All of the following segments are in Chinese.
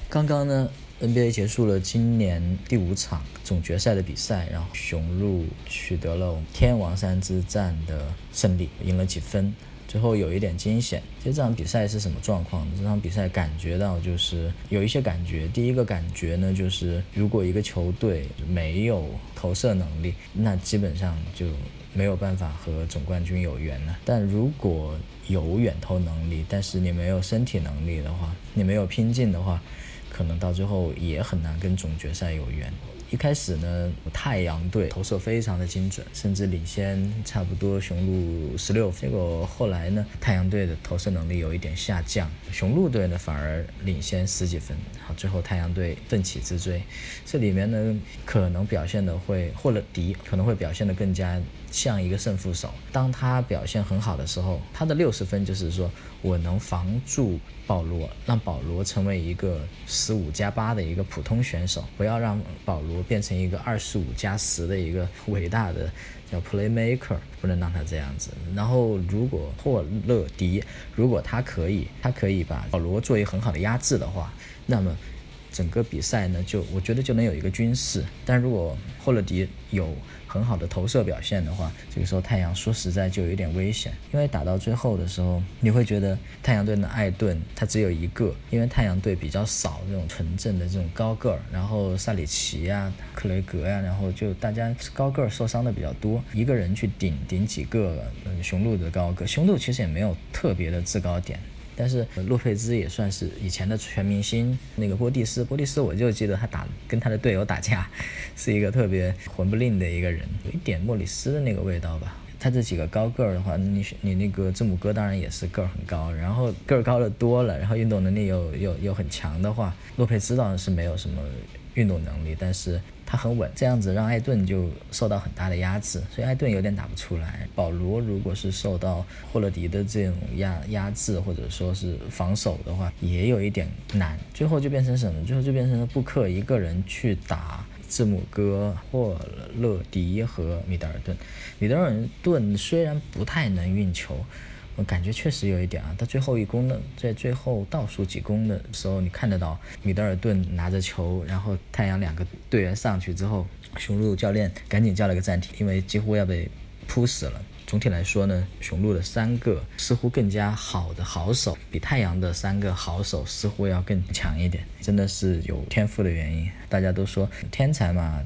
刚刚呢 NBA 结束了今年第5场总决赛的比赛，然后雄鹿取得了天王山之战的胜利，赢了几分，最后有一点惊险。其实这场比赛是什么状况呢？这场比赛感觉到就是有一些感觉。第一个感觉呢，就是如果一个球队没有投射能力，那基本上就没有办法和总冠军有缘了。但如果有远投能力，但是你没有身体能力的话，你没有拼劲的话，可能到最后也很难跟总决赛有缘。一开始呢，太阳队投射非常的精准，甚至领先差不多雄鹿16分。结果后来呢，太阳队的投射能力有一点下降，雄鹿队呢反而领先10几分。好，最后太阳队奋起直追。这里面呢，可能表现的会霍勒迪可能会表现得更加像一个胜负手。当他表现很好的时候，他的60分就是说我能防住保罗，让保罗成为一个15+8的一个普通选手，不要让保罗变成一个25+10的一个伟大的叫 playmaker， 不能让他这样子。然后如果霍勒迪如果他可以把保罗做一个很好的压制的话，那么整个比赛呢，我觉得就能有一个均势。但如果霍勒迪有很好的投射表现的话，这个时候太阳说实在就有一点危险。因为打到最后的时候，你会觉得太阳队的艾顿他只有一个，因为太阳队比较少这种纯正的这种高个儿，然后萨里奇啊、克雷格啊，然后就大家高个儿受伤的比较多，一个人去顶几个雄鹿的高个。雄鹿其实也没有特别的制高点，但是洛佩兹也算是以前的全明星。那个波蒂斯我就记得他跟他的队友打架，是一个特别混不吝的一个人，有一点莫里斯的那个味道吧。他这几个高个儿的话，你那个字母哥当然也是个儿很高，然后个儿高的多了，然后运动能力又很强的话，洛佩兹当然是没有什么运动能力，但是他很稳，这样子让艾顿就受到很大的压制，所以艾顿有点打不出来。保罗如果是受到霍勒迪的这种压制或者说是防守的话，也有一点难。最后就变成什么？最后就变成了布克一个人去打字母哥、霍勒迪和米德尔顿。米德尔顿虽然不太能运球，我感觉确实有一点啊，到最后一攻呢，在最后倒数几攻的时候，你看得到米德尔顿拿着球，然后太阳2个队员上去之后，雄鹿教练赶紧叫了个暂停，因为几乎要被扑死了。总体来说呢，雄鹿的3个似乎更加好的好手，比太阳的3个好手似乎要更强一点，真的是有天赋的原因。大家都说天才嘛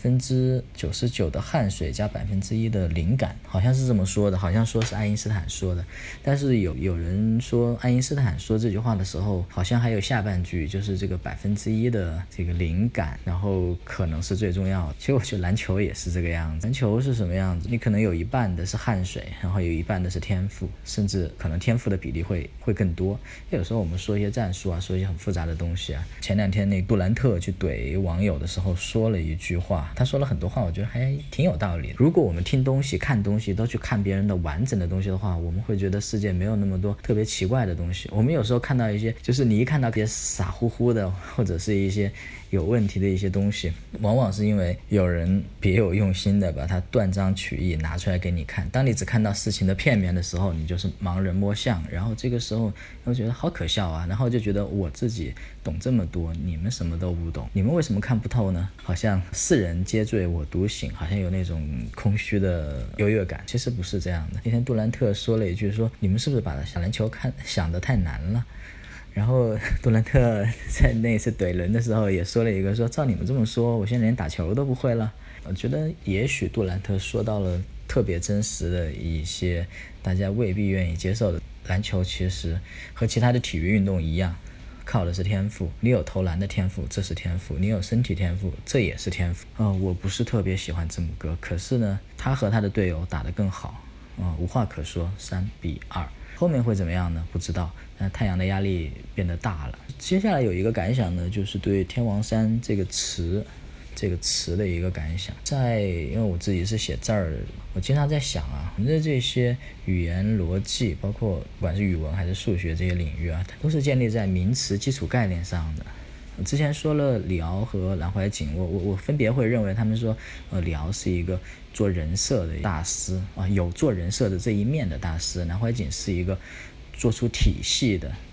，99%的汗水加1%的灵感，好像是这么说的，好像说是爱因斯坦说的。但是有人说爱因斯坦说这句话的时候，好像还有下半句，就是这个1%的这个灵感，然后可能是最重要的。其实我觉得篮球也是这个样子。篮球是什么样子？你可能有一半的是汗水，然后有一半的是天赋，甚至可能天赋的比例会更多。有时候我们说一些战术啊，说一些很复杂的东西啊。前2天那杜兰特去怼网友的时候说了一句话，他说了很多话，我觉得还挺有道理的。如果我们听东西看东西都去看别人的完整的东西的话，我们会觉得世界没有那么多特别奇怪的东西。我们有时候看到一些，就是你一看到一些傻乎乎的，或者是一些有问题的一些东西，往往是因为有人别有用心的把它断章取义拿出来给你看。当你只看到事情的片面的时候，你就是盲人摸象，然后这个时候我觉得好可笑啊，然后就觉得我自己懂这么多，你们什么都不懂，你们为什么看不透呢？好像世人皆醉我独醒，好像有那种空虚的优越感。其实不是这样的。那天杜兰特说了一句，说你们是不是把小篮球想得太难了？然后杜兰特在那次怼人的时候也说了一个，说照你们这么说，我现在连打球都不会了。我觉得也许杜兰特说到了特别真实的一些大家未必愿意接受的。篮球其实和其他的体育运动一样，靠的是天赋。你有投篮的天赋，这是天赋；你有身体天赋，这也是天赋。我不是特别喜欢字母哥，可是呢，他和他的队友打得更好，无话可说，3-2。后面会怎么样呢？不知道。太阳的压力变得大了。接下来有一个感想呢，就是对天王山这个词的一个感想。因为我自己是写字儿的，我经常在想啊，我们的这些语言逻辑，包括不管是语文还是数学这些领域啊，它都是建立在名词基础概念上的。我之前说了李敖和南怀瑾，我分别会认为他们说，李敖是一个做人设的大师啊，有做人设的这一面的大师。南怀瑾是一个做出体系的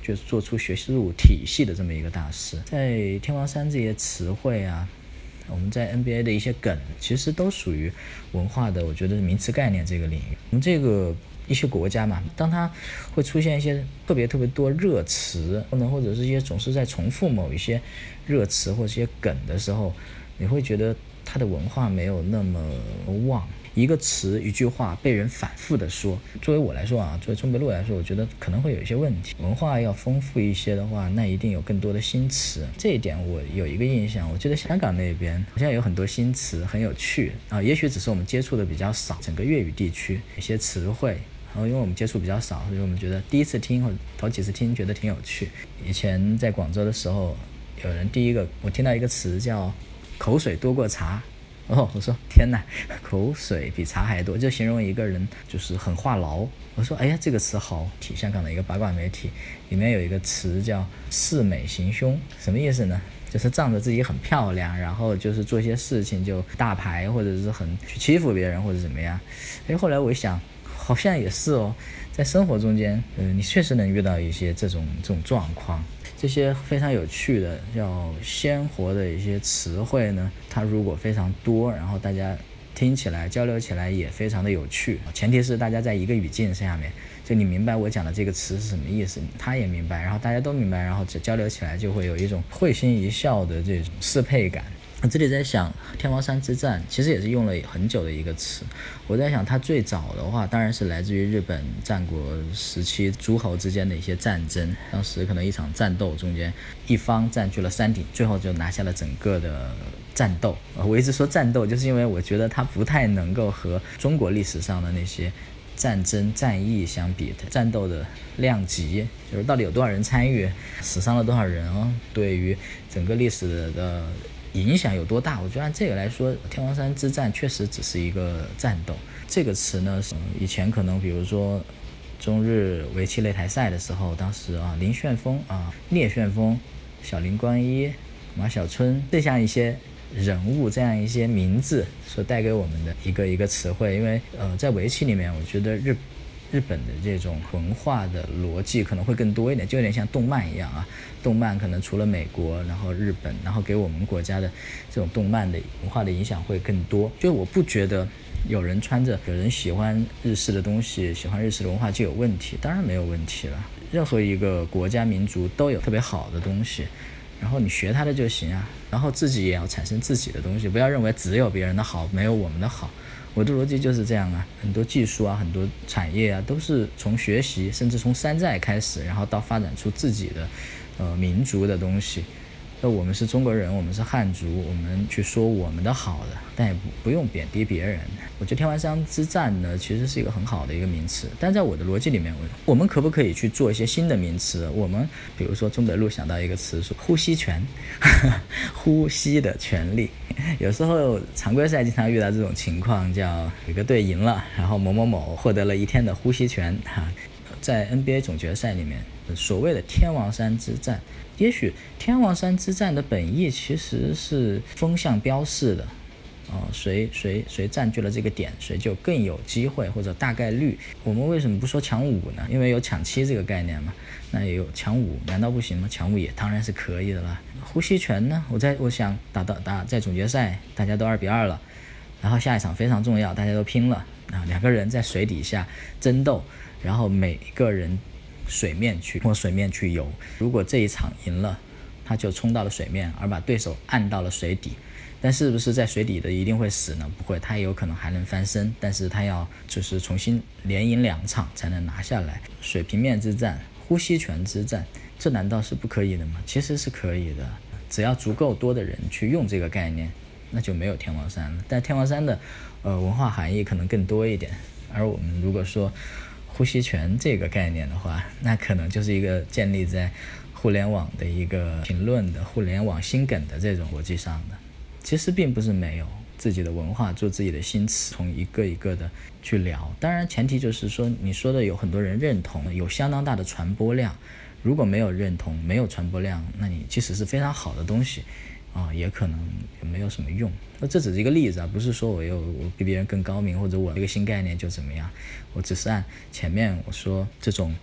就做出学术体系的这么一个大师。在天王山这些词汇啊，我们在 NBA 的一些梗其实都属于文化的，我觉得名词概念这个领域。我们这个一些国家嘛，当它会出现一些特别多热词，或者是一些总是在重复某一些热词或者一些梗的时候，你会觉得它的文化没有那么旺。一个词一句话被人反复的说，作为我来说啊，作为中北路来说，我觉得可能会有一些问题。文化要丰富一些的话，那一定有更多的新词。这一点我有一个印象，我觉得香港那边好像有很多新词，很有趣啊。也许只是我们接触的比较少，整个粤语地区一些词汇，然后因为我们接触比较少，所以我们觉得第一次听或者头几次听觉得挺有趣。以前在广州的时候，有人我听到一个词叫口水多过茶。我说天哪，口水比茶还多，就形容一个人就是很话痨。我说哎呀，这个词好，香港的一个八卦媒体里面有一个词叫四美行凶，什么意思呢？就是仗着自己很漂亮，然后就是做一些事情就大牌，或者是很去欺负别人或者怎么样。后来我一想，好像也是哦，在生活中间你确实能遇到一些这种状况。这些非常有趣的叫鲜活的一些词汇呢，它如果非常多，然后大家听起来交流起来也非常的有趣，前提是大家在一个语境下面，就你明白我讲的这个词是什么意思，他也明白，然后大家都明白，然后交流起来就会有一种会心一笑的这种适配感。我这里在想天王山之战其实也是用了很久的一个词，我在想它最早的话当然是来自于日本战国时期诸侯之间的一些战争，当时可能一场战斗中间一方占据了山顶，最后就拿下了整个的战斗。我一直说战斗就是因为我觉得它不太能够和中国历史上的那些战争战役相比，战斗的量级就是到底有多少人参与，死伤了多少人对于整个历史的影响有多大。我觉得按这个来说，天王山之战确实只是一个战斗。这个词呢，以前可能比如说中日围棋擂台赛的时候，当时林旋风聂旋风、小林光一、马小春这样一些人物，这样一些名字所带给我们的一个词汇。因为在围棋里面，我觉得日本的这种文化的逻辑可能会更多一点，就有点像动漫一样动漫可能除了美国，然后日本，然后给我们国家的这种动漫的文化的影响会更多。就我不觉得有人喜欢日式的东西，喜欢日式的文化就有问题，当然没有问题了。任何一个国家民族都有特别好的东西，然后你学它的就行然后自己也要产生自己的东西，不要认为只有别人的好，没有我们的好。我的逻辑就是这样很多技术很多产业都是从学习甚至从山寨开始，然后到发展出自己的民族的东西。那我们是中国人，我们是汉族，我们去说我们的好的，但也不用贬低别人。我觉得天王山之战呢，其实是一个很好的一个名词，但在我的逻辑里面，我们可不可以去做一些新的名词？我们比如说中北路想到一个词是呼吸权呼吸的权利。有时候常规赛经常遇到这种情况，叫有个队赢了，然后某某某获得了一天的呼吸权在 NBA 总决赛里面所谓的天王山之战，也许天王山之战的本意其实是风向标式的谁占据了这个点，谁就更有机会或者大概率。我们为什么不说抢五呢？因为有抢七这个概念嘛，那也有抢五，难道不行吗？抢五也当然是可以的啦。呼吸权呢，我想打在总决赛大家都2-2了，然后下一场非常重要，大家都拼了两个人在水底下争斗，然后每个人水面去游，如果这一场赢了，他就冲到了水面，而把对手按到了水底。但是不是在水底的一定会死呢？不会，他也有可能还能翻身，但是他要就是重新连赢2场才能拿下来。水平面之战，呼吸权之战，这难道是不可以的吗？其实是可以的，只要足够多的人去用这个概念，那就没有天王山了。但天王山的文化含义可能更多一点，而我们如果说呼吸权这个概念的话，那可能就是一个建立在互联网的一个评论的互联网新梗的这种逻辑上的。其实并不是没有自己的文化，做自己的新词，从一个一个的去聊。当然前提就是说你说的有很多人认同，有相当大的传播量。如果没有认同，没有传播量，那你即使是非常好的东西也可能也没有什么用。那这只是一个例子不是说我比别人更高明，或者我这个新概念就怎么样。我只是按前面我说这种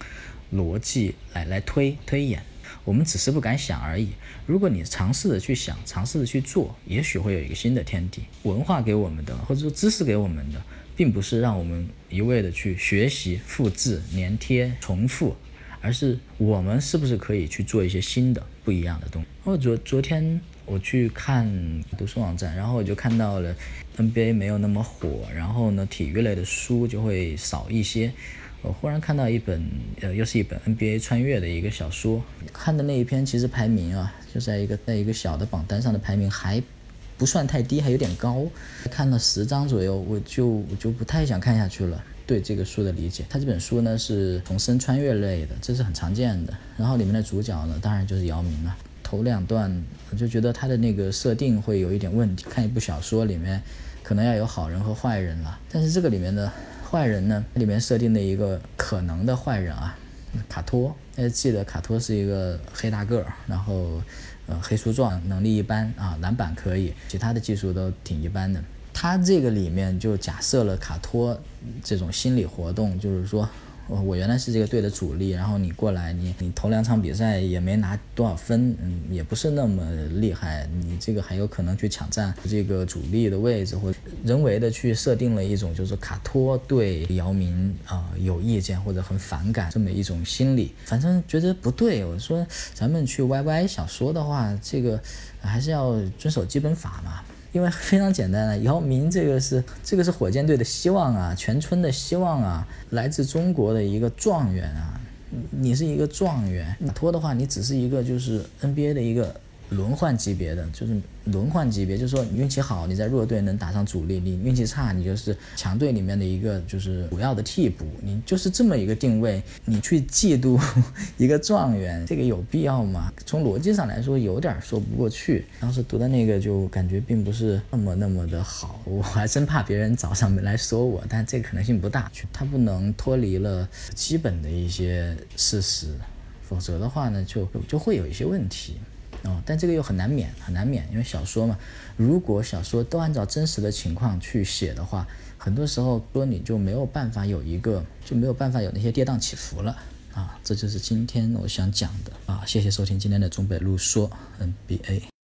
逻辑来推演，我们只是不敢想而已。如果你尝试的去想，尝试的去做，也许会有一个新的天地。文化给我们的，或者说知识给我们的，并不是让我们一味的去学习、复制、粘贴、重复，而是我们是不是可以去做一些新的不一样的东西。昨天我去看读书网站，然后我就看到了 NBA 没有那么火，然后呢体育类的书就会少一些。我忽然看到一本又是一本 NBA 穿越的一个小说，看的那一篇其实排名啊，就在一个小的榜单上的排名还不算太低，还有点高。看了10章左右，我就不太想看下去了。对这个书的理解，它这本书呢是重生穿越类的，这是很常见的。然后里面的主角呢，当然就是姚明了。头2段我就觉得他的那个设定会有一点问题。看一部小说里面可能要有好人和坏人了，但是这个里面的坏人呢，里面设定的一个可能的坏人啊，卡托。记得卡托是一个黑大个儿，然后黑粗壮，能力一般啊，篮板可以，其他的技术都挺一般的。他这个里面就假设了卡托这种心理活动，就是说我原来是这个队的主力，然后你过来，你头2场比赛也没拿多少分，也不是那么厉害，你这个还有可能去抢占这个主力的位置，或者人为的去设定了一种就是卡托对姚明有意见或者很反感这么一种心理，反正觉得不对。我说咱们去 YY 小说的话，这个还是要遵守基本法嘛。因为非常简单啊，姚明这个是火箭队的希望啊，全村的希望啊，来自中国的一个状元啊，你是一个状元。卡托的话，你只是一个就是 NBA 的一个轮换级别的，就是说你运气好，你在弱队能打上主力；你运气差，你就是强队里面的一个就是主要的替补。你就是这么一个定位，你去嫉妒一个状元，这个有必要吗？从逻辑上来说，有点说不过去。当时读的那个就感觉并不是那么的好，我还真怕别人找上门来说我，但这个可能性不大。它不能脱离了基本的一些事实，否则的话呢，就会有一些问题。但这个又很难免，因为小说嘛，如果小说都按照真实的情况去写的话，很多时候说你就没有办法有那些跌宕起伏了这就是今天我想讲的谢谢收听今天的中北路说 NBA。